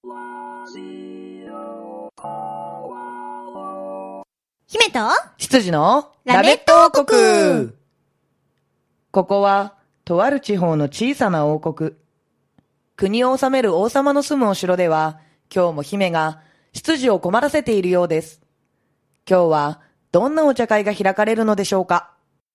姫と羊のラメット王国。ここは、とある地方の小さな王国。国を治める王様の住むお城では、今日も姫が執事を困らせているようです。今日は、どんなお茶会が開かれるのでしょうか。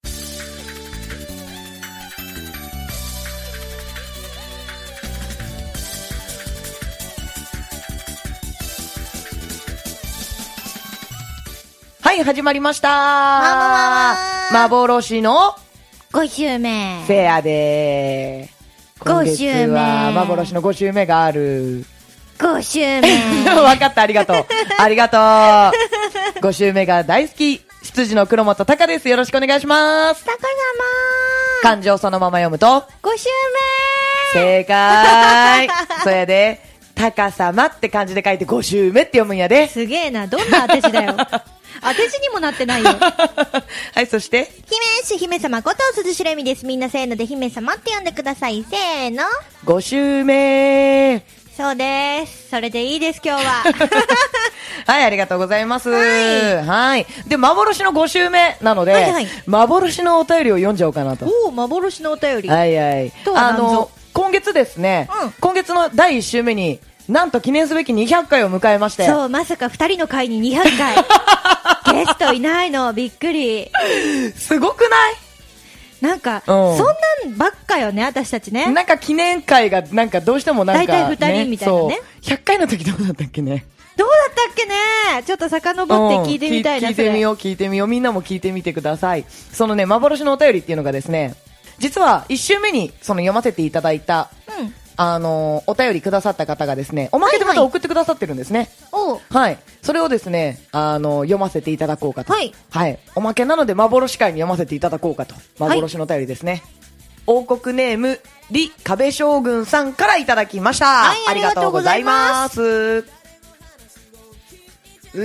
はい、始まりましたー。幻の 5週目。 フェアでー。今月 5週目は幻の5週目がある。 5週目。 わかった、ありがとう。ありがとう。5週目が大好き。羊の黒本隆です。よろしくお願いします。 高様。 漢字をそのまま読むと、 5週正解。そやで、高様って漢字で書いて5週目って読むんやで。 目。すげえな。どんな当て字だよ。当て字にもなってないよ。 はい、そして、 姫主姫様こと鈴代恵美です。みんなせーので姫様って呼んでください。せーの。 5週目。 そうです。それでいいです、今日は。 はい、ありがとうございます。はい。で、幻の5週目なので、 はいはい、 幻のお便りを読んじゃおうかなと。 おー、幻のお便り。 はいはい。 とは何ぞ今月ですね、 うん今月の第1週目に、なんと記念すべき200回を迎えまして。 そう、まさか2人の回に200回。ゲストいないの、びっくり。 すごくない？ なんか、 うんそんなんばっかよね、私たちね。 なんか記念会がなんかどうしてもなんか、 大体2人みたいなねそう100回の時どうだったっけね。 どうだったっけね。ちょっと遡って聞いてみたいな、 聞いてみよう、聞いてみよう。みんなも聞いてみてください。そのね、幻のお便りっていうのがですね、実は1週目にその読ませていただいた、 うん。 お便りくださった方がですね、おまけでまた送ってくださってるんですね。 おう。 はい。それをですね、読ませていただこうかと。 はい。 はい。おまけなので、幻会に読ませていただこうかと。幻のお便りですね。王国ネーム、李壁将軍さんからいただきました。 はいありがとうございます。ラメット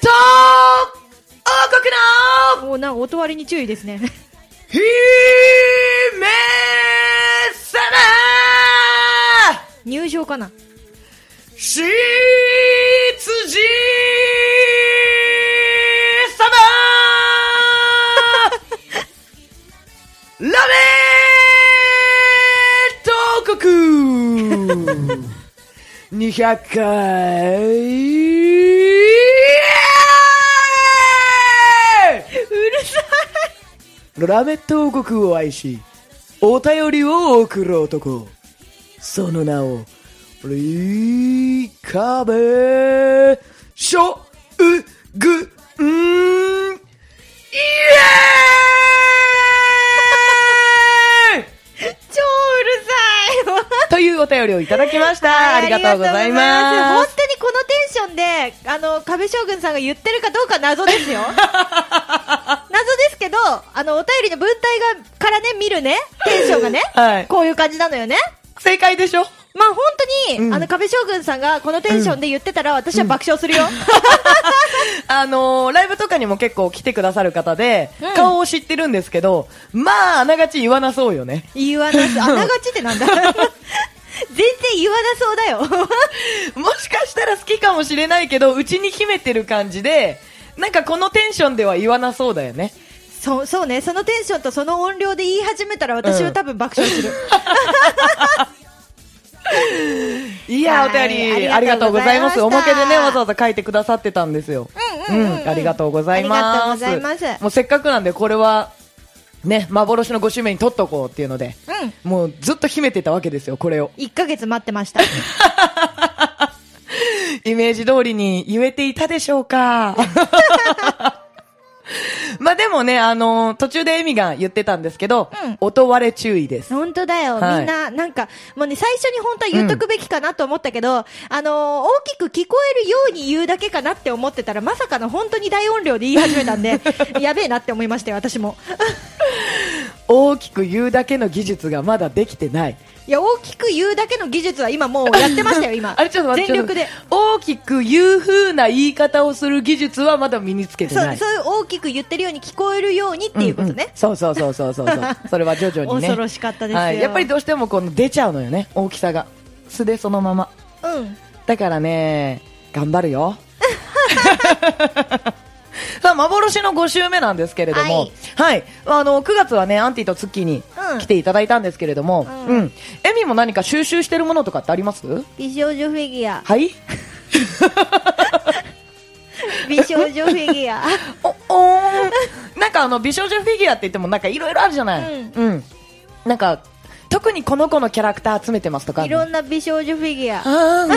王国のおう、なんか音割りに注意ですね。 姫様入場かな。 執事様ラメット王国200回うるさい。 ラメット王国を愛しお便りを送る男、その名を李壁将軍イエーイ超うるさいわ。 というお便りをいただきました。 はいありがとうございます。 本当にこのテンションで、壁将軍さんが言ってるかどうか謎ですよ。謎ですけど、お便りの文体からね、見るね、テンションがね、 はいこういう感じなのよね。 正解でしょ。 まあ本当に、 うん壁将軍さんがこのテンションで言ってたら、私は爆笑するよ。 ライブとかにも結構来てくださる方で、 うん顔を知ってるんですけど、まあ、あながち言わなそうよね。 言わなそう。あながちってなんだ。全然言わなそうだよ。 もしかしたら好きかもしれないけど、うちに秘めてる感じで、なんかこのテンションでは言わなそうだよね。 そうね、そのテンションとその音量で言い始めたら私は多分爆笑する。 いや、お便り、ありがとうございます。おまけでね、わざわざ書いてくださってたんですよ。ありがとうございます。 ありがとうございます。 もうせっかくなんで、これは、ね、幻の5週目に撮っとこうっていうので、もうずっと秘めてたわけですよ、これを。 1ヶ月待ってました。 イメージ通りに言えていたでしょうか。まあでもね、途中でエミが言ってたんですけど、音割れ注意です。 本当だよ、 はいみんな、なんか、もうね、最初に本当は言っとくべきかなと思ったけど、大きく聞こえるように言うだけかなって思ってたら、まさかの本当に大音量で言い始めたんで、やべえなって思いましたよ、私も。 大きく言うだけの技術がまだできてない。 いや、大きく言うだけの技術は今もうやってましたよ、今。 あれちょっと待って、 全力で。 大きく言う風な言い方をする技術はまだ身につけてない。 そういう大きく言ってるように聞こえるようにっていうことね。 そう。それは徐々にね。 恐ろしかったですよ。 はい。やっぱりどうしてもこの出ちゃうのよね、大きさが。素でそのまま。 だからね、頑張るよ。さあ、幻の5週目なんですけれども、はい。9月はね、アンティとツッキーに来ていただいたんですけれども、エミも何か収集してるものとかってあります？ 美少女フィギュア。 はい。 美少女フィギュア。 なんか美少女フィギュアって言ってもなんかいろいろあるじゃない。なんか、特にこの子のキャラクター集めてますとか。 いろんな美少女フィギュア。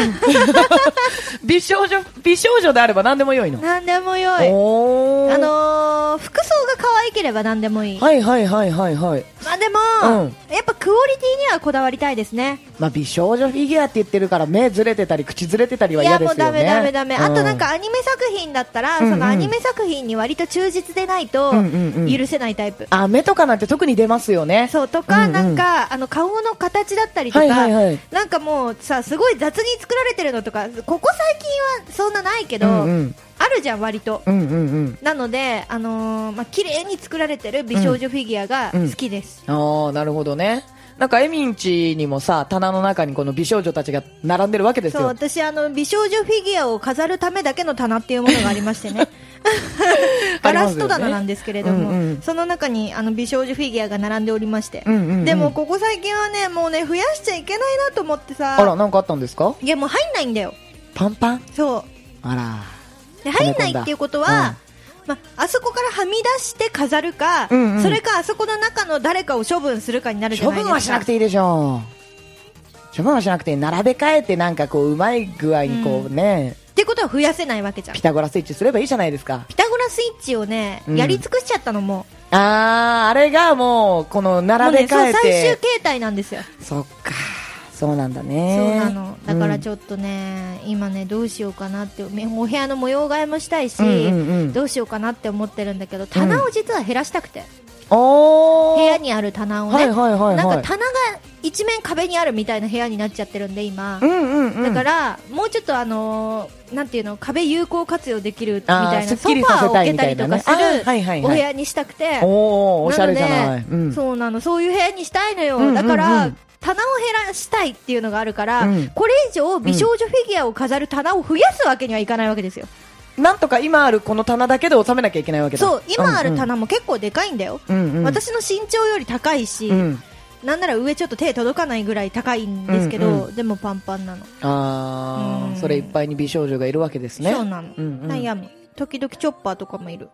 美少女であれば何でも良いの？ 何でも良い。服装が可愛ければ何でもいい。 はいはいはいはいはい。 まあでも、やっぱクオリティにはこだわりたいですね。 まあ美少女フィギュアって言ってるから目ずれてたり口ずれてたりは嫌ですよね。 いやもうダメ。あとなんかアニメ作品だったら、そのアニメ作品に割と忠実でないと許せないタイプ。 目とかなんて特に出ますよね。 そうとか、なんか顔の形だったりとか、なんかもうさ、すごい雑に作られてるのとか、ここ最近はそんなないけど、あるじゃん割と。なので綺麗に作られてる美少女フィギュアが好きです。 なるほどね。なんかエミンチにもさ、棚の中にこの美少女たちが並んでるわけですよ。 そう、私美少女フィギュアを飾るためだけの棚っていうものがありましてね。ガラス戸棚なんですけれども、その中に美少女フィギュアが並んでおりまして、でもここ最近はね、もうね増やしちゃいけないなと思ってさ。 あら、なんかあったんですか？ いやもう入んないんだよ。 パンパン。 そう。 あら。 で入んないっていうことは、あそこからはみ出して飾るか、それかあそこの中の誰かを処分するかになるじゃないですか。 処分はしなくていいでしょう。処分はしなくて並べ替えてなんかこううまい具合にこうね。 ってことは増やせないわけじゃん。 ピタゴラスイッチすればいいじゃないですか。 ピタゴラスイッチをね、やり尽くしちゃったのも。 あれがもうこの並べ替えて。 そう、最終形態なんですよ。 そっか。そうなんだね。 そうなの。だからちょっとね、今ねどうしようかなって、お部屋の模様替えもしたいし、どうしようかなって思ってるんだけど、棚を実は減らしたくて。部屋にある棚をね、なんか棚が一面壁にあるみたいな部屋になっちゃってるんで今。だからもうちょっとなんていうの、壁有効活用できるみたいなソファーを置けたりとかするお部屋にしたくて。 おしゃれじゃない。 そうなの、そういう部屋にしたいのよ。だから棚を減らしたいっていうのがあるから、これ以上美少女フィギュアを飾る棚を増やすわけにはいかないわけですよ。 なんとか今あるこの棚だけで収めなきゃいけないわけだ。 そう、今ある棚も結構でかいんだよ。私の身長より高いし、なんなら上ちょっと手届かないぐらい高いんですけど、でもパンパンなの。 それいっぱいに美少女がいるわけですね。 そうなの。悩む。時々チョッパーとかもいる。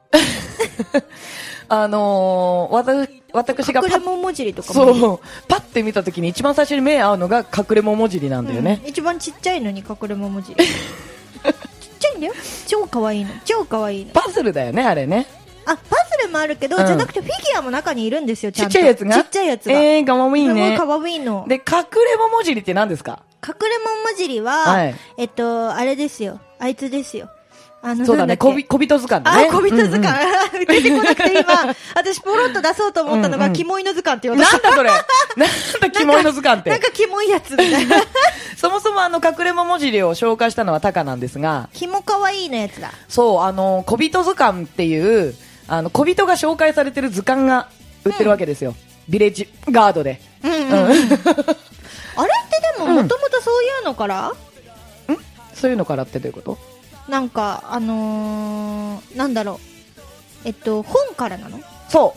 私が隠れ桃尻とかもいる。 そう、パッて見たときに一番最初に目合うのが隠れ桃尻なんだよね。 一番ちっちゃいのに隠れ桃尻。ちっちゃいんだよ。超可愛いの。超可愛いの。 パズルだよね、あれね。 パズルもあるけど、じゃなくてフィギュアも中にいるんですよ、ちゃんと。 ちっちゃいやつが。 ちっちゃいやつが。 かわいいね。 すごいかわいいの。 で、隠れ桃尻って何ですか？ 隠れ桃尻は、あれですよ。あいつですよ。 そうだね、小人図鑑だね。 小人図鑑。出てこなくて今、私ポロッと出そうと思ったのが、キモイの図鑑って言われた。 なんだそれ。なんだキモイの図鑑って。 なんかキモいやつみたいな。 そもそも隠れ桃尻を紹介したのはタカなんですが。 キモかわいいのやつだ。 そう、小人図鑑っていう、小人が紹介されてる図鑑が売ってるわけですよ。ビレッジガードで。 あれってでも、もともとそういうのからそういうのからってどういうこと？ なんか、なんだろう。本からなの？ そう。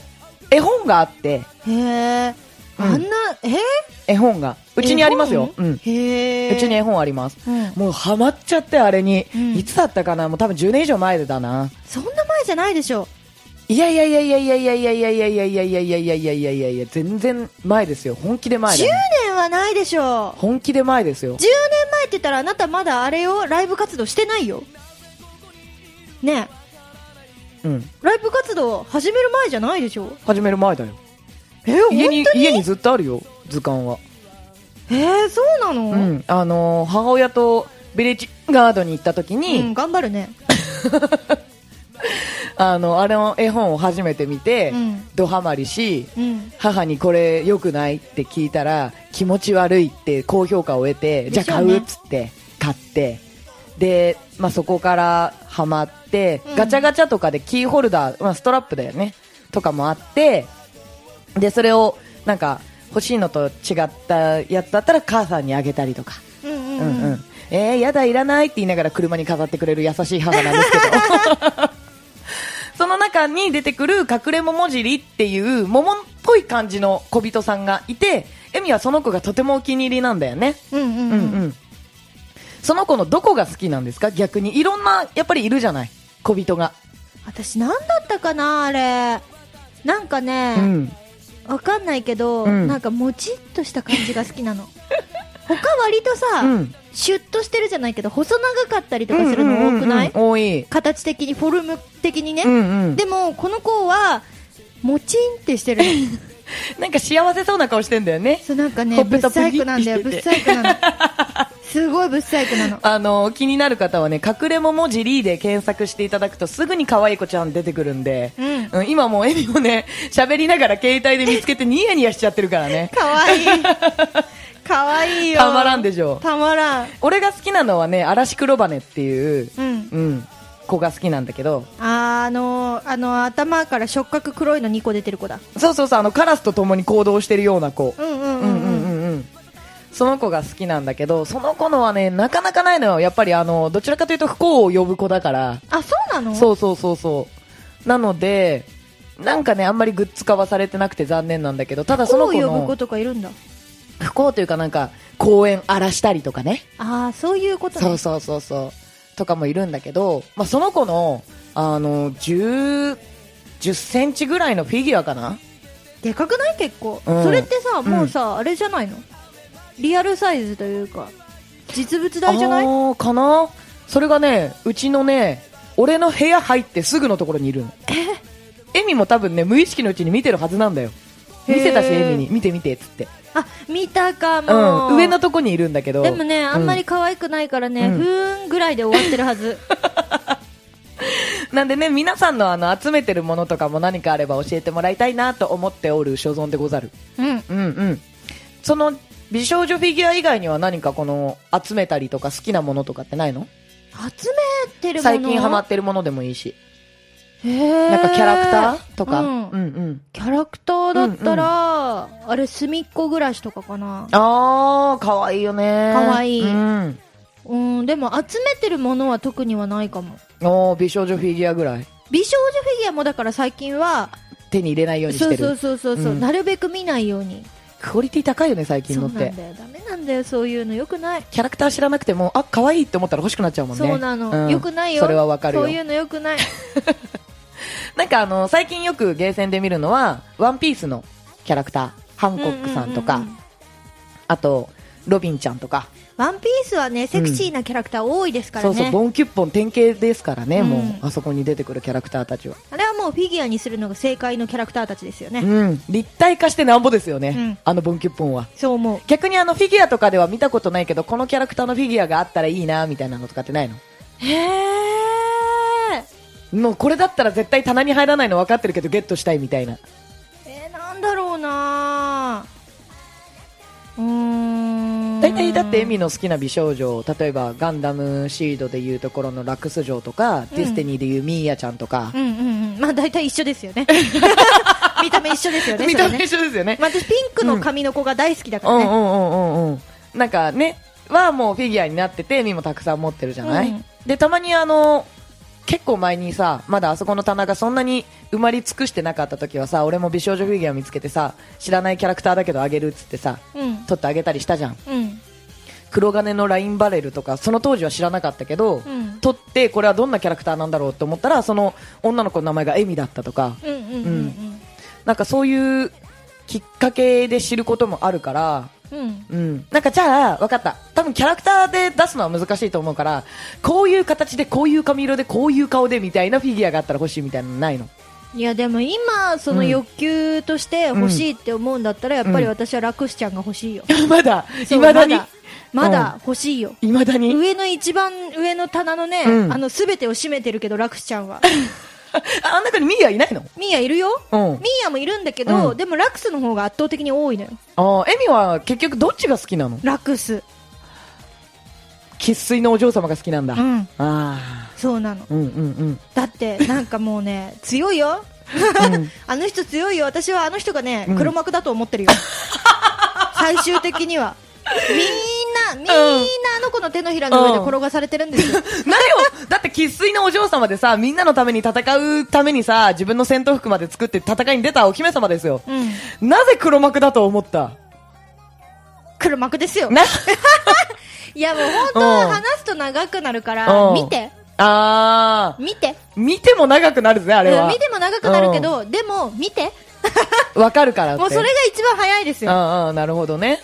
絵本があって。 へー。 絵本が。うちにありますよ。 へー。 うちに絵本あります。もうハマっちゃって、あれに。いつだったかな？もう多分10年以上前だな。 そんな前じゃないでしょ。 いや、全然前ですよ。本気で前だよ。 10年はないでしょ。 本気で前ですよ。 10年前って言ったらあなたまだあれよ、ライブ活動してないよ。ねえ。ライブ活動始める前じゃないでしょ。 始める前だよ。家にずっとあるよ、図鑑は。 そうなの？ 母親とビレッジガードに行った時に、 頑張るね。 あれの絵本を初めて見て、ドハマりし、母にこれ良くないって聞いたら気持ち悪いって高評価を得て、じゃあ買うっつって買って、で、そこからハマって、ガチャガチャとかでキーホルダー、ストラップだよねとかもあって、でそれをなんか欲しいのと違ったやつだったら母さんにあげたりとか、 やだいらないって言いながら車に飾ってくれる優しい母なんですけどその中に出てくる隠れ桃尻っていう桃っぽい感じの小人さんがいて、エミはその子がとてもお気に入りなんだよね。 うんうんうん、 うんうん。その子のどこが好きなんですか？逆にいろんなやっぱりいるじゃない、小人が。 私なんだったかなあれ、なんかね、 うん、 わかんないけど、 うん、 なんかもちっとした感じが好きなの他割とさ、 うん、 シュッとしてるじゃないけど細長かったりとかするの多くない？ 多い。 形的にフォルム的にね、 うんうん、 でもこの子はもちんってしてるのなんか幸せそうな顔してんだよね。 そう、なんかね、 ほっぺたブッサイクなんだよ、 プリッブッサイクなのすごいブッサイクなの。 気になる方はね、隠れ桃尻で検索していただくとすぐに可愛い子ちゃん出てくるんで、 うん、 今もうエミもね、喋りながら携帯で見つけてニヤニヤしちゃってるからね。 かわいいかわいいよ。 たまらんでしょ。 たまらん。 俺が好きなのはね、嵐黒羽っていう、 うん、 子が好きなんだけど、 頭から触覚黒いの2個出てる子だ。 そうそうそう、カラスと共に行動してるような子。その子が好きなんだけど、その子のはね、なかなかないのよ。やっぱりどちらかというと不幸を呼ぶ子だから。 あ、そうなの？ そうそうそうそう。なので、なんかね、あんまりグッズ化はされてなくて残念なんだけど、ただその子の。 不幸を呼ぶ子とかいるんだ。 不幸というかなんか、公園荒らしたりとかね。 ああ、そういうことね。 そうそうそうそう。とかもいるんだけど、まあ、その子の、10センチぐらいのフィギュアかな？ でかくない？結構、 うん、 それってさ、もうさ、あれじゃないの？リアルサイズというか実物大じゃない？ かな。それがね、うちのね、俺の部屋入ってすぐのところにいるの。エミも多分ね、無意識のうちに見てるはずなんだよ。見せたし、エミに見て見てっつって。 あ、見たかも、 上のとこにいるんだけど、 でもね、あんまり可愛くないからね、ふーんぐらいで終わってるはずなんでね、皆さんの集めてるものとかも何かあれば教えてもらいたいなと思っておる所存でござる。その美少女フィギュア以外には何かこの集めたりとか好きなものとかってないの？ 集めてるもの、 最近ハマってるものでもいいし、 なんかキャラクターとか、 キャラクターだったら、あれ隅っこ暮らしとかかな。 かわいいよね。 かわいい。でも集めてるものは特にはないかも。 美少女フィギュアぐらい。 美少女フィギュアもだから最近は手に入れないようにしてる。 そう、なるべく見ないように。 クオリティ高いよね、最近のって。 そうなんだよ、ダメなんだよ、そういうのよくない。 キャラクター知らなくても、あ、可愛いって思ったら欲しくなっちゃうもんね。 そうなの、よくないよ。 それはわかるよ。 そういうのよくないなんか最近よくゲーセンで見るのは、ワンピースのキャラクター、ハンコックさんとか、あと、ロビンちゃんとか。 ワンピースはね、セクシーなキャラクター多いですからね。 そうそう、ボンキュッポン典型ですからね、もう、あそこに出てくるキャラクターたちは。 あれはもうフィギュアにするのが正解のキャラクターたちですよね。 立体化してなんぼですよね、ボンキュッポンは。 そう思う。 逆にフィギュアとかでは見たことないけど、このキャラクターのフィギュアがあったらいいな、みたいなのとかってないの？もうこれだったら絶対棚に入らないの分かってるけどゲットしたいみたいな。 なんだろうな。 大体だってエミの好きな美少女、例えばガンダムシードでいうところのラクス嬢とか、ディスティニーでいうミーヤちゃんとか、 まあ大体一緒ですよね見た目一緒ですよね。 見た目一緒ですよね。 私ピンクの髪の子が大好きだからね。 なんかねはもうフィギュアになってて、エミもたくさん持ってるじゃない、でたまに結構前にさ、まだあそこの棚がそんなに埋まり尽くしてなかった時はさ、俺も美少女フィギュア見つけてさ、知らないキャラクターだけどあげるっつってさ、取ってあげたりしたじゃん。黒金のラインバレルとか、その当時は知らなかったけど、取ってこれはどんなキャラクターなんだろうと思ったら、その女の子の名前がエミだったとか、なんかそういうきっかけで知ることもあるから、なんかじゃあ分かった、多分キャラクターで出すのは難しいと思うから、こういう形でこういう髪色でこういう顔でみたいなフィギュアがあったら欲しいみたいなのないの？ いやでも今その欲求として欲しいって思うんだったら、やっぱり私はラクスちゃんが欲しいよ。 まだ未だにまだ欲しいよ。 未だに上の一番上の棚のね、全てを占めてるけどラクスちゃんはあん中にミーヤいないの？ ミーヤいるよ、ミーヤもいるんだけど、でもラクスの方が圧倒的に多いのよ。 エミは結局どっちが好きなの？ ラクス。 生粋のお嬢様が好きなんだ。 そうなの、だってなんかもうね強いよあの人強いよ。私はあの人がね、黒幕だと思ってるよ最終的にはみんなあの子の手のひらの上で転がされてるんですよ。 何よだって生粋のお嬢様でさ、みんなのために戦うためにさ、自分の戦闘服まで作って戦いに出たお姫様ですよ。なぜ黒幕だと思った？ 黒幕ですよ。いやもう本当話すと長くなるから、見て。見ても長くなるぜ、あれは。 見ても長くなるけど、でも見て。 わかるからって。 もうそれが一番早いですよ。 なるほどね。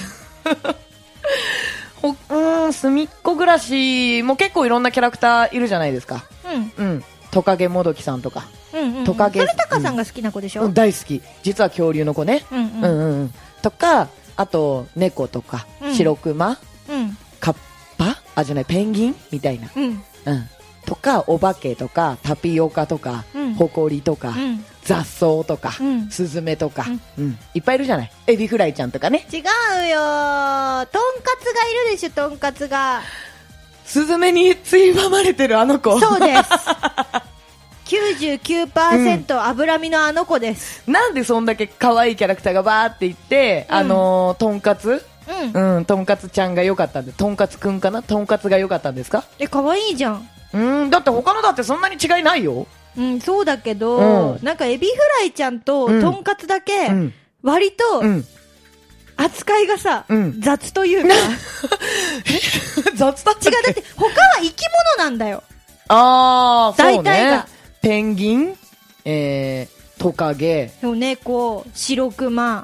隅っこ暮らしも結構いろんなキャラクターいるじゃないですか。トカゲもどきさんとか。 トカゲ。それタカさんが好きな子でしょ？ 大好き。実は恐竜の子ね。とか、あと猫とか、白熊、カッパじゃない、ペンギンみたいな。とか、お化けとか、タピオカとか、ホコリとか、雑草とか、スズメとか、いっぱいいるじゃない。エビフライちゃんとかね。 違うよー。トンカツがいるでしょ、トンカツが。 スズメについばまれてるあの子。 そうです。99% 脂身のあの子です。 なんでそんだけ可愛いキャラクターがバーっていって、トンカツトンカツちゃんが良かったんで、トンカツくんかな、トンカツが良かったんですか？ 可愛いじゃん。 だって他のだってそんなに違いないよ。 そうだけど、なんかエビフライちゃんとトンカツだけ、割と、扱いがさ、雑というか。 雑だったっけ？ 違う、だって他は生き物なんだよ。 そうね。 大体が。 ペンギン、トカゲ、 猫、白熊、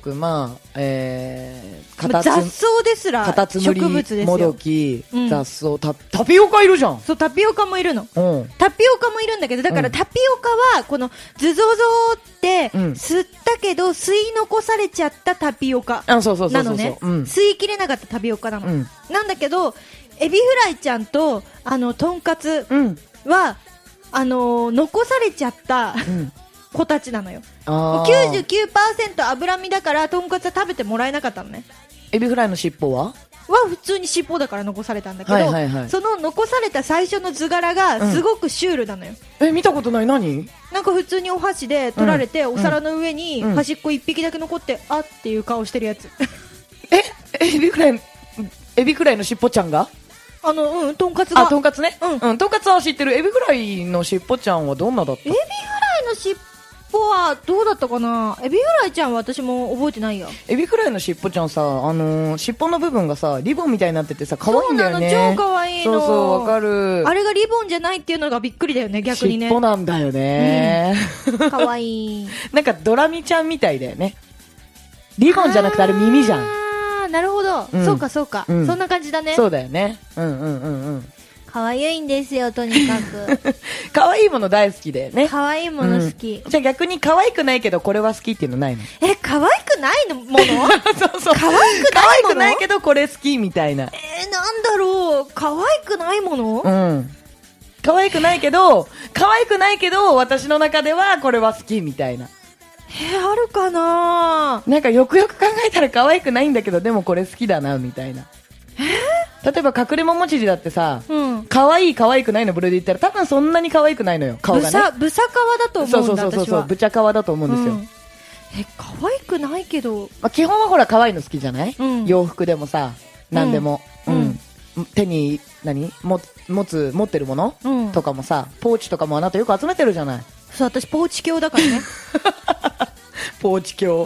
雑草ですらカタツムリ、 植物ですよ。 モドキ、雑草、タピオカいるじゃん。 そう、タピオカもいるの。タピオカもいるんだけど、だからタピオカはこのズゾゾーって吸ったけど吸い残されちゃったタピオカなのね。吸い切れなかったタピオカなの。なんだけどエビフライちゃんとトンカツは残されちゃった子たちなのよ。99% 脂身だからとんかつは食べてもらえなかったのね。 エビフライの尻尾は普通に尻尾だから残されたんだけど、その残された最初の図柄がすごくシュールなのよ。 見たことない。何？ なんか普通にお箸で取られて、お皿の上に端っこ1匹だけ残ってあっていう顔してるやつ。 エビフライの尻尾ちゃんがとんかつが。 とんかつね。とんかつは知ってる。エビフライの尻尾ちゃんはどんなだった？ エビフライの尻尾はどうだったかな。エビフライちゃんは私も覚えてないや。 エビフライの尻尾ちゃんさ、尻尾の部分がさ、リボンみたいになっててさ、可愛いんだよね。 そうなの、超可愛いの。 そう、わかる。 あれがリボンじゃないっていうのがびっくりだよね、逆にね。 尻尾なんだよね。 可愛い。 なんかドラミちゃんみたいだよね。リボンじゃなくてあれ耳じゃん。 なるほど。そうかそうか。そんな感じだね。 そうだよね。 可愛いんですよ、とにかく。 可愛いもの大好きだよね。 可愛いもの好き。 じゃあ逆に可愛くないけどこれは好きっていうのないの？ 可愛くないのもの？ そう。 可愛くないけどこれ好きみたいな。 なんだろう。可愛くないもの？ 可愛くないけど私の中ではこれは好きみたいな。 あるかな。 なんかよくよく考えたら可愛くないんだけどでもこれ好きだなみたいな。例えば隠れ桃尻だってさ、可愛い可愛くないの部類で言ったら多分そんなに可愛くないのよ、顔がね。 ブサカワだと思うんだ。私はブチャカワだと思うんですよ。 可愛くないけど、 基本はほら可愛いの好きじゃない？洋服でもさ、何でも、手に持ってるものとかもさ、ポーチとかもあなたよく集めてるじゃない。 そう、私ポーチ教だからね。 ポーチ教。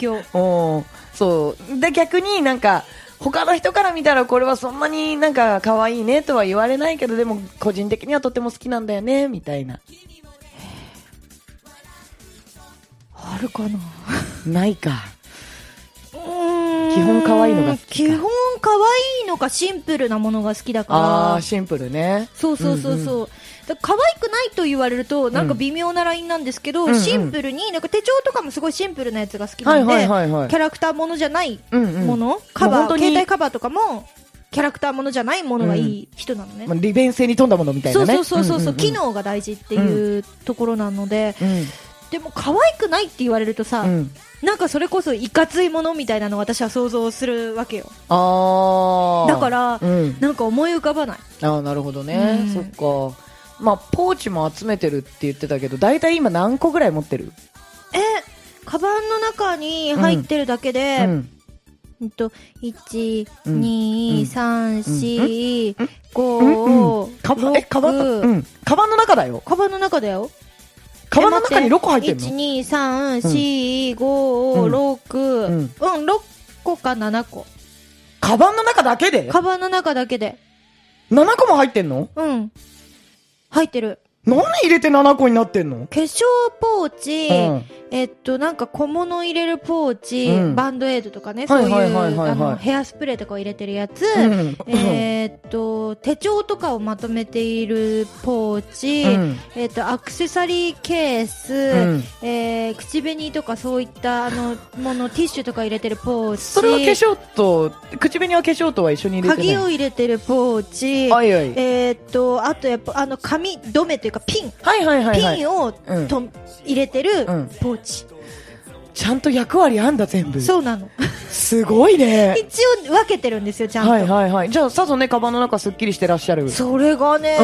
そうで、逆になんか他の人から見たらこれはそんなになんか可愛いねとは言われないけどでも個人的にはとても好きなんだよねみたいな。 あるかな。 ないか。基本可愛いのが好きか。 基本可愛いのかシンプルなものが好きだから。 シンプルね。 そう。可愛くないと言われるとなんか微妙なラインなんですけど、シンプルになんか手帳とかもすごいシンプルなやつが好きなので、キャラクターものじゃないもの、携帯カバーとかもキャラクターものじゃないものがいい人なのね。 利便性に富んだものみたいなね。 そう、機能が大事っていうところなので、でも可愛くないって言われるとさ、なんかそれこそいかついものみたいなのを私は想像するわけよ。だから、なんか思い浮かばない。 なるほどね。そっか。ポーチも集めてるって言ってたけど、だいたい今何個ぐらい持ってる？ カバンの中に入ってるだけで、 1、2、3、4、5、 カバンの中だよ。 カバンの中だよ。 カバンの中に6個入ってんの ?1、2、3、4、5、6、6個か7個。 カバンの中だけでカバンの中だけで。 7個も入ってんの？ うん。入ってる。 何入れて7個になってんの？ 化粧ポーチ、なんか小物入れるポーチ、バンドエイドとかね、そういう、ヘアスプレーとかを入れてるやつ、手帳とかをまとめているポーチ、アクセサリーケース、口紅とかそういったもの、ティッシュとか入れてるポーチ。 それは化粧と、口紅は化粧とは一緒に入れてない？ 鍵を入れてるポーチ、あとやっぱ紙留めというかピン。ピンを入れてるポーチ。 ちゃんと役割あんだ、全部。 そうなの。 すごいね。 一応分けてるんですよ、ちゃんと。 じゃあ、さぞね、カバンの中すっきりしてらっしゃる。 それがね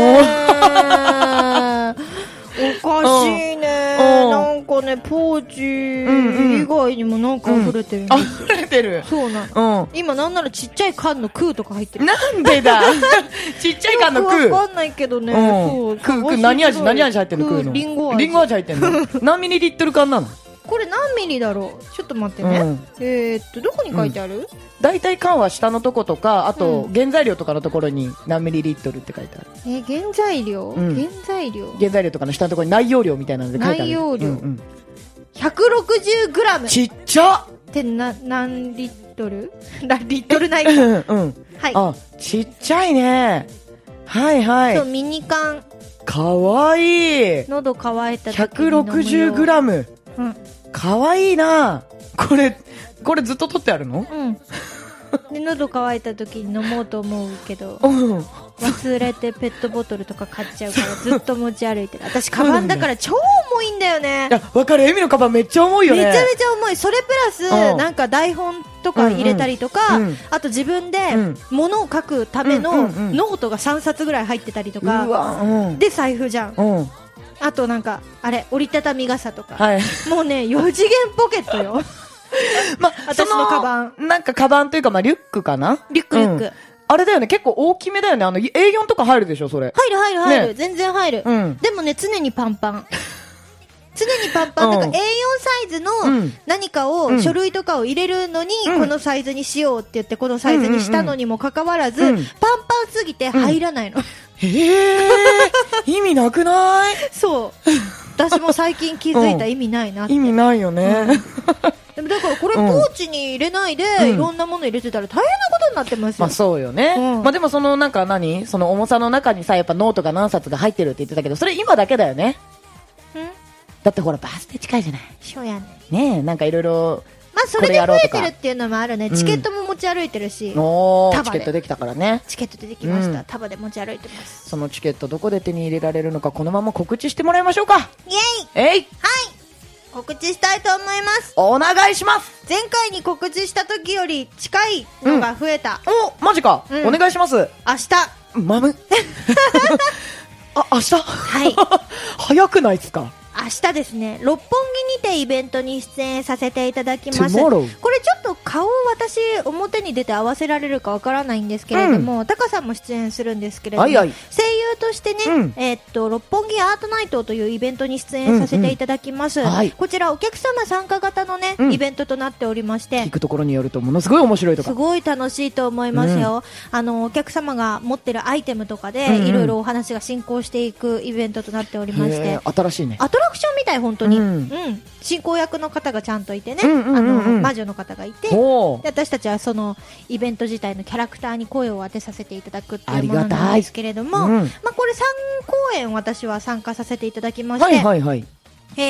おかしいね。なんかね、ポーチ以外にもなんか溢れてるんですよ。 溢れてる。 そうなの。今なんならちっちゃい缶のクーとか入ってる。 なんでだちっちゃい缶のクー。 わかんないけどね。 クー、何味入ってんの？クーの。 リンゴ味。 リンゴ味入ってんの？何ミリリットル缶なの？ これ何ミリだろう？ちょっと待ってね。どこに書いてある？ だいたい缶は下のとことか、あと原材料とかのところに何ミリリットルって書いてある。 原材料とかの下のところに内容量みたいなので書いてある。 内容量。160グラム。 ちっちゃって何リットル？リットルないか。はい。 あ、ちっちゃいね。はいはい。 そう、ミニ缶。 かわいい。 喉乾いた時に飲むよ。 160グラム。かわいいな。これずっと取ってあるの？ で、喉乾いた時に飲もうと思うけど、忘れてペットボトルとか買っちゃうからずっと持ち歩いてる。私、カバンだから超重いんだよね。 いや、わかる。エミのカバンめっちゃ重いよね。 めちゃめちゃ重い。それプラス、なんか台本とか入れたりとか、あと自分で物を書くためのノートが3冊ぐらい入ってたりとか、で、財布じゃん。あとなんか、折りたたみ傘とか。もうね、4次元ポケットよ。私のカバン。 なんかカバンというか、リュックかな？ リュック。 あれだよね、結構大きめだよね。A4 とか入るでしょ、それ。 入る。全然入る。でもね、常にパンパン。なんか A4 サイズの何かを、書類とかを入れるのに、このサイズにしようって言って、このサイズにしたのにもかかわらず、パンパンすぎて入らないの。 意味なくない？ そう。私も最近気づいた意味ないなって。 意味ないよね。 でもだからこれポーチに入れないで、いろんなもの入れてたら大変なことになってますよ。 そうよね。でもそのなんかその重さの中にさ、やっぱノートが何冊が入ってるって言ってたけど、それ今だけだよね。だってほら、バースデー近いじゃない。 そうやね。 ねえ、なんかいろいろ。 それで増えてるっていうのもあるね。チケットも持ち歩いてるし。チケットできたからね。 チケット出てきました。束で持ち歩いてます。 そのチケットどこで手に入れられるのか、このまま告知してもらいましょうか。 イエイ！はい。告知したいと思います。 お願いします。 前回に告知した時より近いのが増えた。 マジか。お願いします。 明日。 マム。明日？ はい。 早くないっすか？ 明日ですね、六本木にてイベントに出演させていただきます。これちょっと顔を私表に出て合わせられるかわからないんですけれども、タカさんも出演するんですけれども、声優としてね、六本木アートナイトというイベントに出演させていただきます。こちらお客様参加型のね、イベントとなっておりまして、 聞くところによるとものすごい面白いとか。 すごい楽しいと思いますよ。お客様が持ってるアイテムとかで、いろいろお話が進行していくイベントとなっておりまして、 新しいね。 アトラクションみたい本当に、進行役の方がちゃんといてね、魔女の方がいて、で私たちはそのイベント自体のキャラクターに声を当てさせていただくっていうものなんですけれども、これ3公演私は参加させていただきまして、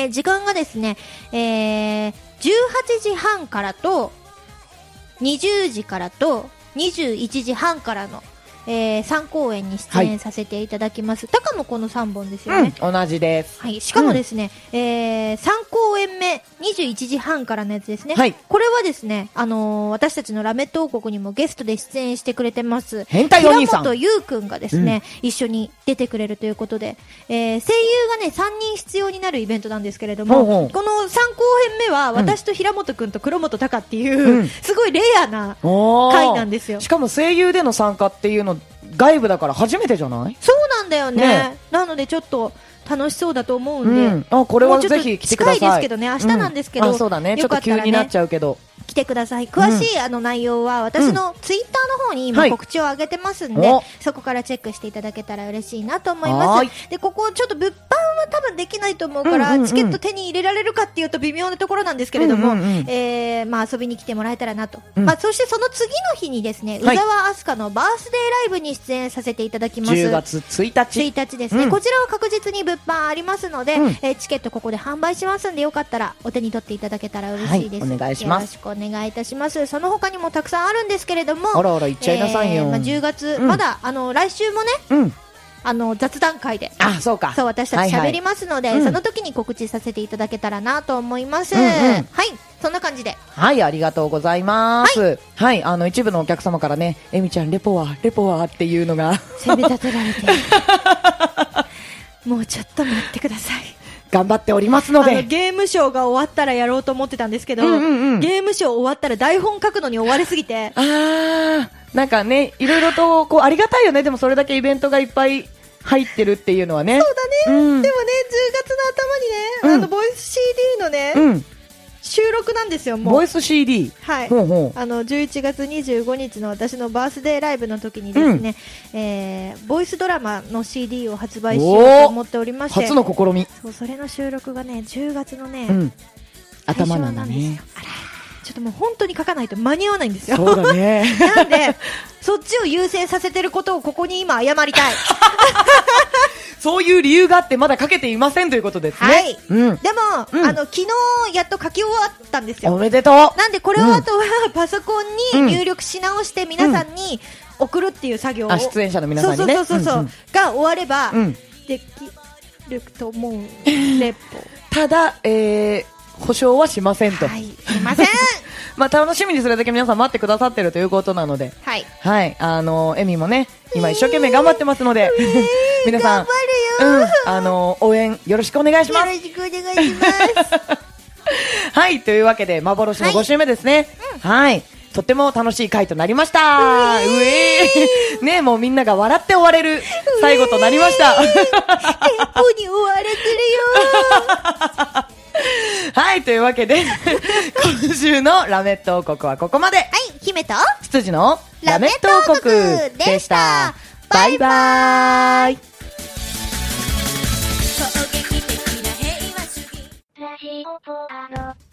時間がですね、18時半からと20時からと21時半からの 3公演に出演させていただきます。タカもこの3本ですよね。 同じです。 はい。しかもですね、3公演目、21時半からのやつですね。 はい。 これはですね、私たちのラメット王国にもゲストで出演してくれてます。 変態お兄さん。 平本優くんがですね、一緒に出てくれるということで、声優がね、3人必要になるイベントなんですけれども、この3公演目は、私と平本くんと黒本隆っていう、すごいレアな回なんですよ。 しかも声優での参加っていうの、外部だから初めてじゃない？ そうなんだよね。なのでちょっと楽しそうだと思うんで、 これはぜひ来てください。 近いですけどね、明日なんですけど、 そうだね、ちょっと急になっちゃうけど。 来てください。詳しい内容は私のツイッターの方に今告知を上げてますんで、そこからチェックしていただけたら嬉しいなと思います。で、ここちょっと物販は多分できないと思うから、チケット手に入れられるかっていうと微妙なところなんですけれども、まあ遊びに来てもらえたらなと。まあそしてその次の日にですね、宇沢明日香のバースデーライブに出演させていただきます。 10月1日。 1日ですね。こちらは確実に物販ありますので、チケットここで販売しますんで、よかったらお手に取っていただけたら嬉しいです。 お願いします。 よろしくお願いいたします。その他にもたくさんあるんですけれども、 あらあら、言っちゃいなさいよ。 10月、まだ来週もね、雑談会で、 そうか。 そう、私たち喋りますので、その時に告知させていただけたらなと思います。はい、そんな感じで。 はい、ありがとうございます。はい、一部のお客様からね、エミちゃんレポはっていうのが責め立てられてもうちょっと待ってください。 頑張っておりますので。 ゲームショーが終わったらやろうと思ってたんですけど、ゲームショー終わったら台本書くのに追われすぎて。 なんかね、いろいろとこうありがたいよね。でもそれだけイベントがいっぱい入ってるっていうのはね。 そうだね。でもね、10月の頭にね、ボイス CD のね、収録なんですよ、もう。 ボイス CD。 はい。11月25日の私のバースデーライブの時にですね、ボイスドラマの CD を発売しようと思っておりまして。 初の試み。 そう、それの収録がね、10月のね、 頭なんだね。 ちょっともう本当に書かないと間に合わないんですよ。 そうだね。 なんで、そっちを優先させてることをここに今謝りたい。 そういう理由があってまだ書けていませんということですね。 はい。でも、昨日やっと書き終わったんですよ。 おめでとう。 なんでこれをあとはパソコンに入力し直して皆さんに送るっていう作業を。 出演者の皆さんにね。 そう。が終われば、できると思う。レポ。 ただ、保証はしませんと。 はい。すいません。 まあ楽しみにするだけ皆さん待ってくださってるということなので。 はい。 はい。エミもね、今一生懸命頑張ってますので。皆さん。 頑張るよ。応援よろしくお願いします。 よろしくお願いします。 はい。というわけで、幻の5週目ですね。はい。とっても楽しい回となりました。ね、もうみんなが笑って終われる最後となりました。 テンポに追われてるよ。 はい、というわけで、今週のラメット王国はここまで。はい、 姫と羊のラメット王国でした。バイバーイ。 ラジオポアド。